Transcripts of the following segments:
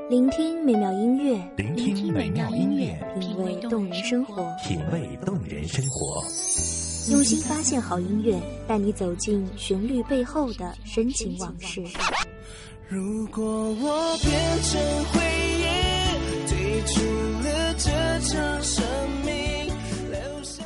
聆听美妙音乐， 聆听美妙音乐， 品味动人生活， 品味动人生活。 用心发现好音乐，带你走进旋律背后的深情往事。 如果我变成回忆，退出了这场生命，留下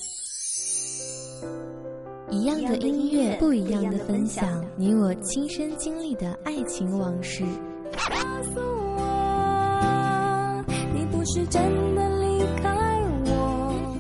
一样的音乐，不一样的分享，你我亲身经历的爱情往事。 告诉我，你不是真的离开我。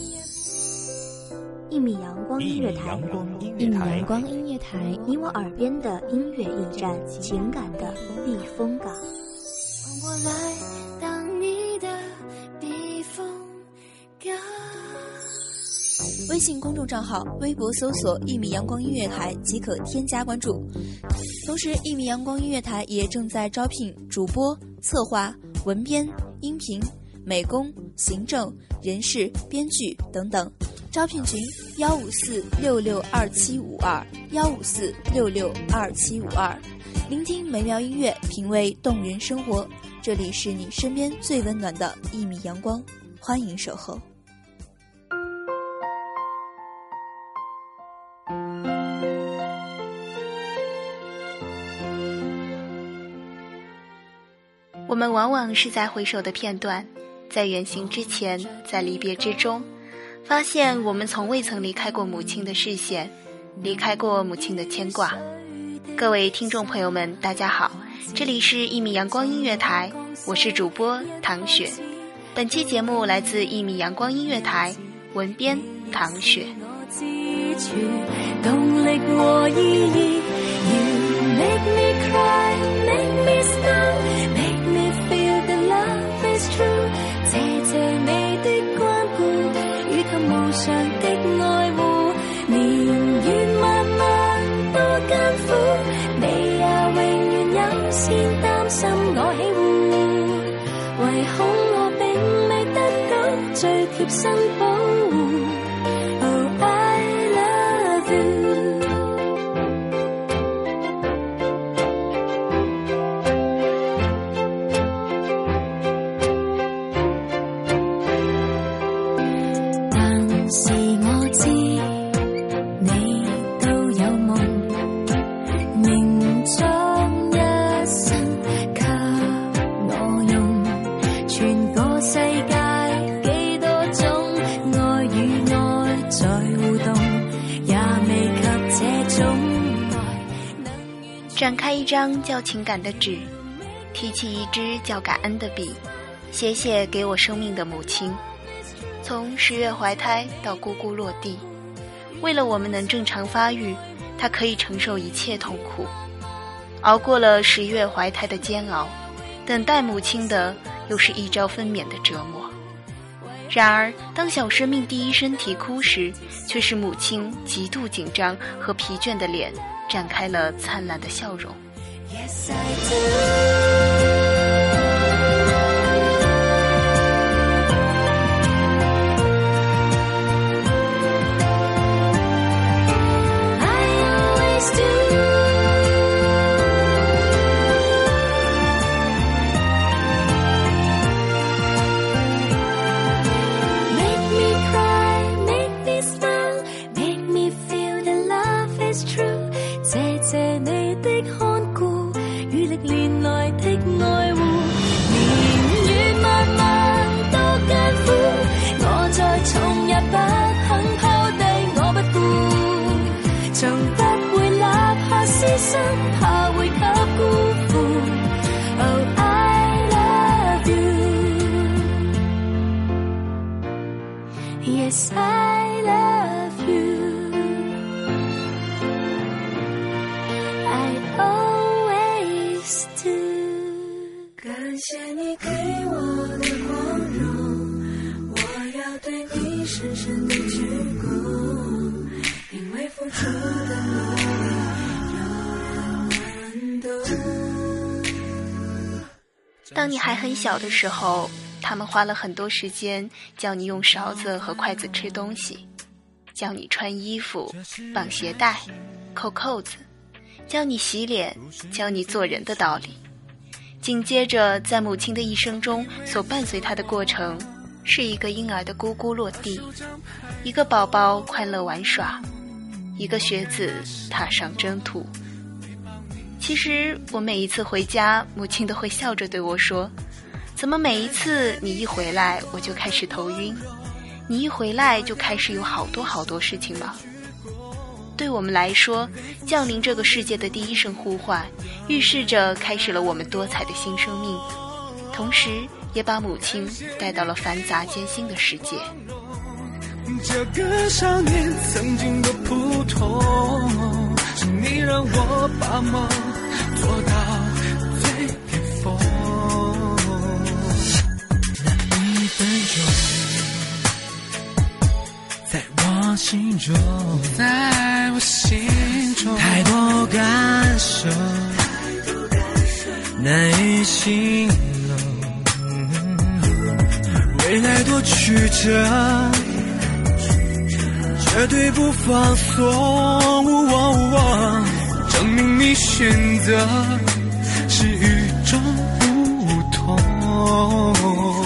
一米阳光音乐台， 一米阳光音乐台， 你我耳边的音乐驿站，情感的避风港。 我来当你的避风港。 微信公众账号、微博搜索“一米阳光音乐台”即可添加关注。同时，一米阳光音乐台也正在招聘主播、策划、文编、音频、美工、行政、人事、编剧等等。招聘群154662752，154662752。聆听美妙音乐，品味动人生活。这里是你身边最温暖的一米阳光，欢迎守候。我们往往是在回首的片段，在远行之前，在离别之中，发现我们从未曾离开过母亲的视线，离开过母亲的牵挂。各位听众朋友们，大家好，这里是一米阳光音乐台，我是主播唐雪。本期节目来自一米阳光音乐台，文编唐雪。 动力和意义 You make me cry, make me stop, make me feel the love is true 謝謝你的關顧與及無償的愛護年月漫漫多艱苦你也永遠優先擔心我喜惡唯恐我並未得到最貼身保護展开一张叫情感的纸，提起一支叫感恩的笔，写写给我生命的母亲。从10月怀胎到咕咕落地，为了我们能正常发育，她可以承受一切痛苦，熬过了10月怀胎的煎熬，等待母亲的又是一朝分娩的折磨。然而当小生命第一声啼哭时，却是母亲极度紧张和疲倦的脸展开了灿烂的笑容。 Yes, I do. Yes, I love you. I always do. 感谢你给我的光荣，我要对你深深的鞠躬，因为付出的努力有人能懂。 当你还很小的时候，他们花了很多时间教你用勺子和筷子吃东西，教你穿衣服、绑鞋带、扣扣子，教你洗脸，教你做人的道理。 紧接着在母亲的一生中所伴随她的过程，是一个婴儿的咕咕落地，一个宝宝快乐玩耍，一个学子踏上征途。其实我每一次回家，母亲都会笑着对我说，怎么每一次你一回来我就开始头晕，你一回来就开始有好多好多事情了。对我们来说，降临这个世界的第一声呼唤，预示着开始了我们多彩的新生命，同时也把母亲带到了繁杂艰辛的世界。 这个少年曾经的普通，是你让我把梦做到最巅峰。那一分钟，在我心中，在我心中，太多感受，难以形容。未来多曲折，绝对不放松，证明你选择是与众不同。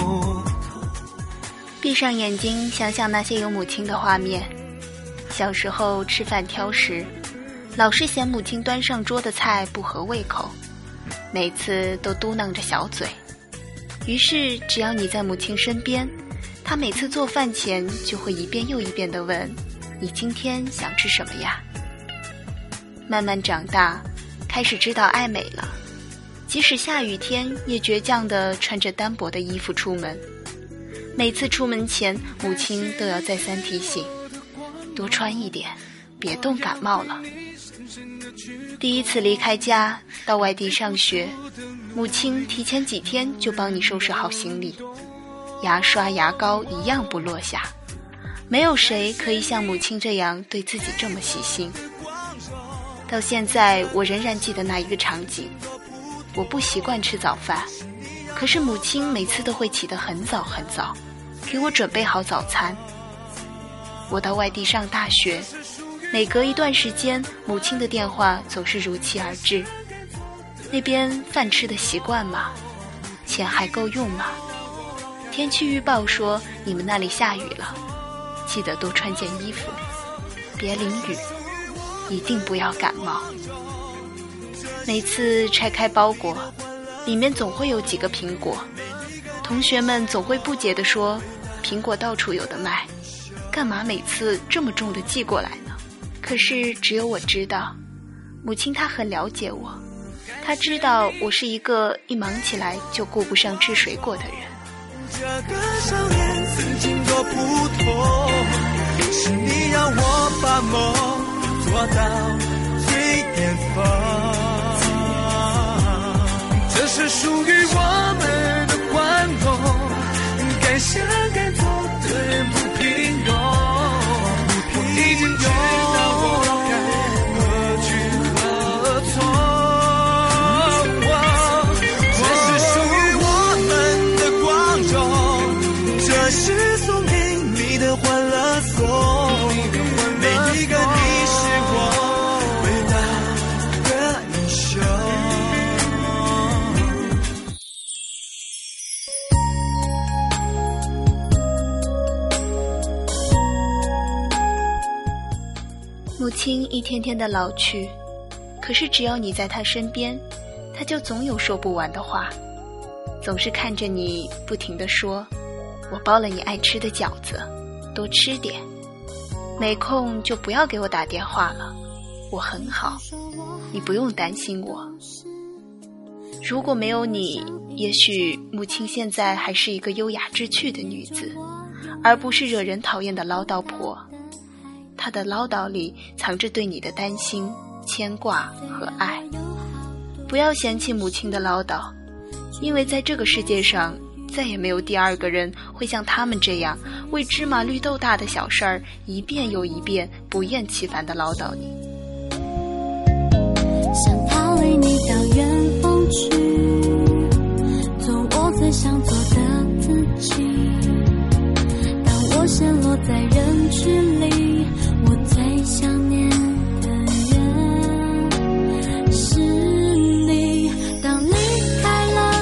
闭上眼睛，想想那些有母亲的画面。小时候吃饭挑食，老是嫌母亲端上桌的菜不合胃口，每次都嘟囔着小嘴。于是只要你在母亲身边，她每次做饭前就会一遍又一遍地问，你今天想吃什么呀？慢慢长大，开始知道爱美了，即使下雨天也倔强地穿着单薄的衣服出门。每次出门前，母亲都要再三提醒，多穿一点，别冻感冒了。第一次离开家到外地上学，母亲提前几天就帮你收拾好行李，牙刷牙膏一样不落下。没有谁可以像母亲这样对自己这么细心。到现在我仍然记得那一个场景，我不习惯吃早饭，可是母亲每次都会起得很早很早，给我准备好早餐。我到外地上大学，每隔一段时间，母亲的电话总是如期而至。那边饭吃的习惯吗？钱还够用吗？天气预报说你们那里下雨了，记得多穿件衣服，别淋雨，一定不要感冒。每次拆开包裹，里面总会有几个苹果，同学们总会不解地说，苹果到处有的卖，干嘛每次这么重的寄过来呢？可是只有我知道，母亲她很了解我，她知道我是一个一忙起来就顾不上吃水果的人。 这个少年曾经多普通，是你让我把梦做到最巅峰。这是属于我们的欢乐，该想该做的人不平庸。我已经知道我该何去何从。这是送给你的欢乐颂，每一个你是我伟大的英雄。 母亲一天天的老去，可是只要你在她身边，她就总有说不完的话，总是看着你不停地说，我包了你爱吃的饺子，多吃点，没空就不要给我打电话了，我很好，你不用担心我。如果没有你，也许母亲现在还是一个优雅知趣的女子，而不是惹人讨厌的唠叨婆。她的唠叨里藏着对你的担心、牵挂和爱。不要嫌弃母亲的唠叨，因为在这个世界上再也没有第二个人会像他们这样为芝麻绿豆大的小事儿一遍又一遍不厌其烦地唠叨你。 想逃离你到远方去，做我最想做的自己。当我陷落在人群里，我最想念的人是你。当离开了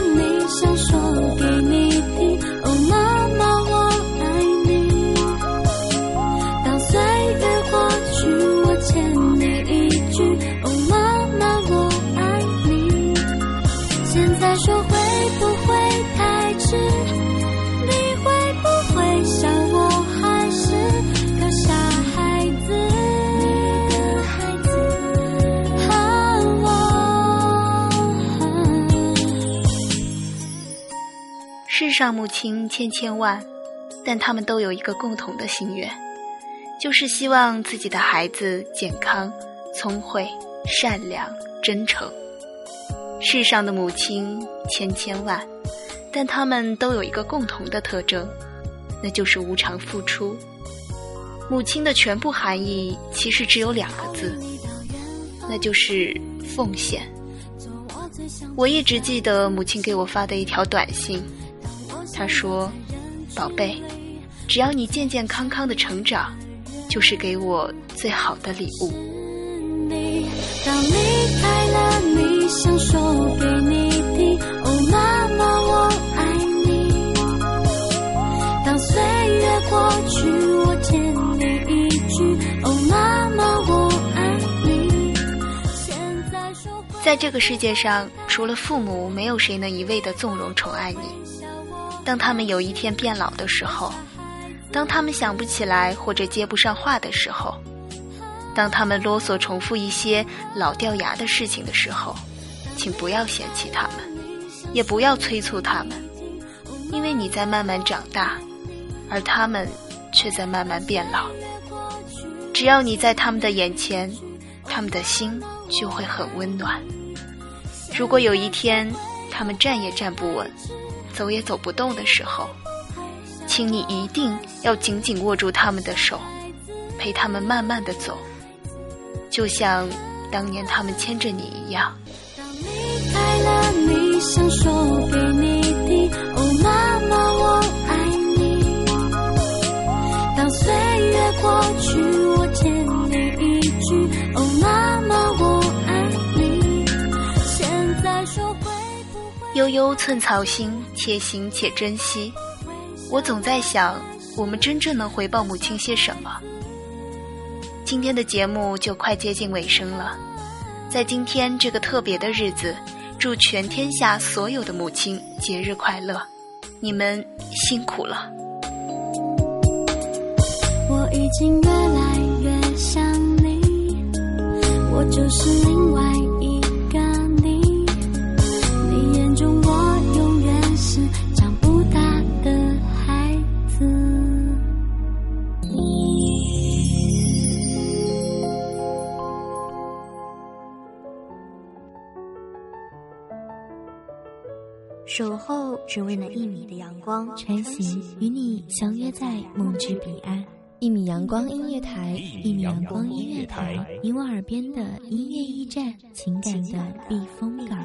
世上母亲千千万，但他们都有一个共同的心愿，就是希望自己的孩子健康、聪慧、善良、真诚。世上的母亲千千万，但他们都有一个共同的特征，那就是无偿付出。母亲的全部含义其实只有2个字，那就是奉献。我一直记得母亲给我发的一条短信，她说：宝贝，只要你健健康康的成长，就是给我最好的礼物。 当离开了，你想说给你听，哦妈妈我爱你。当岁月过去，我欠你一句，哦妈妈我爱你。现在说在这个世界上，除了父母，没有谁能一味地纵容宠爱你。当他们有一天变老的时候，当他们想不起来或者接不上话的时候，当他们啰嗦重复一些老掉牙的事情的时候，请不要嫌弃他们，也不要催促他们，因为你在慢慢长大，而他们却在慢慢变老。只要你在他们的眼前，他们的心就会很温暖。如果有一天他们站也站不稳，走也走不动的时候，请你一定要紧紧握住他们的手，陪他们慢慢地走，就像当年他们牵着你一样。 当离开了，你想说给你听，哦妈妈我爱你。当岁月过去，我欠你一句，哦妈妈我爱你。现在说会不会悠悠寸草心，且行且珍惜。我总在想，我们真正能回报母亲些什么？今天的节目就快接近尾声了，在今天这个特别的日子，祝全天下所有的母亲节日快乐，你们辛苦了。 我已经越来越像你，我就是另外一个你，你眼中我永远是长不大的孩子。 守候只为那1米的阳光， 穿行与你相约在梦之彼岸。1米阳光音乐台，1米阳光音乐台，你我耳边的音乐驿站，情感的避风港。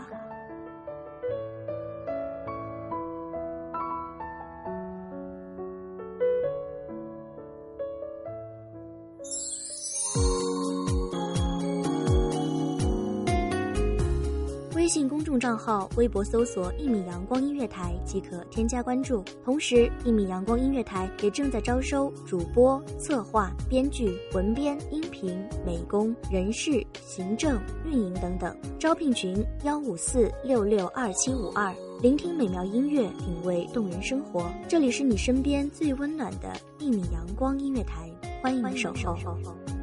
微信公众账号、微博搜索1米阳光音乐台即可添加关注。同时，1米阳光音乐台也正在招收主播、策划、编剧、文编、音频、美工、人事、行政、运营等等。招聘群154662752。聆听美妙音乐，品味动人生活。这里是你身边最温暖的1米阳光音乐台，欢迎你守候。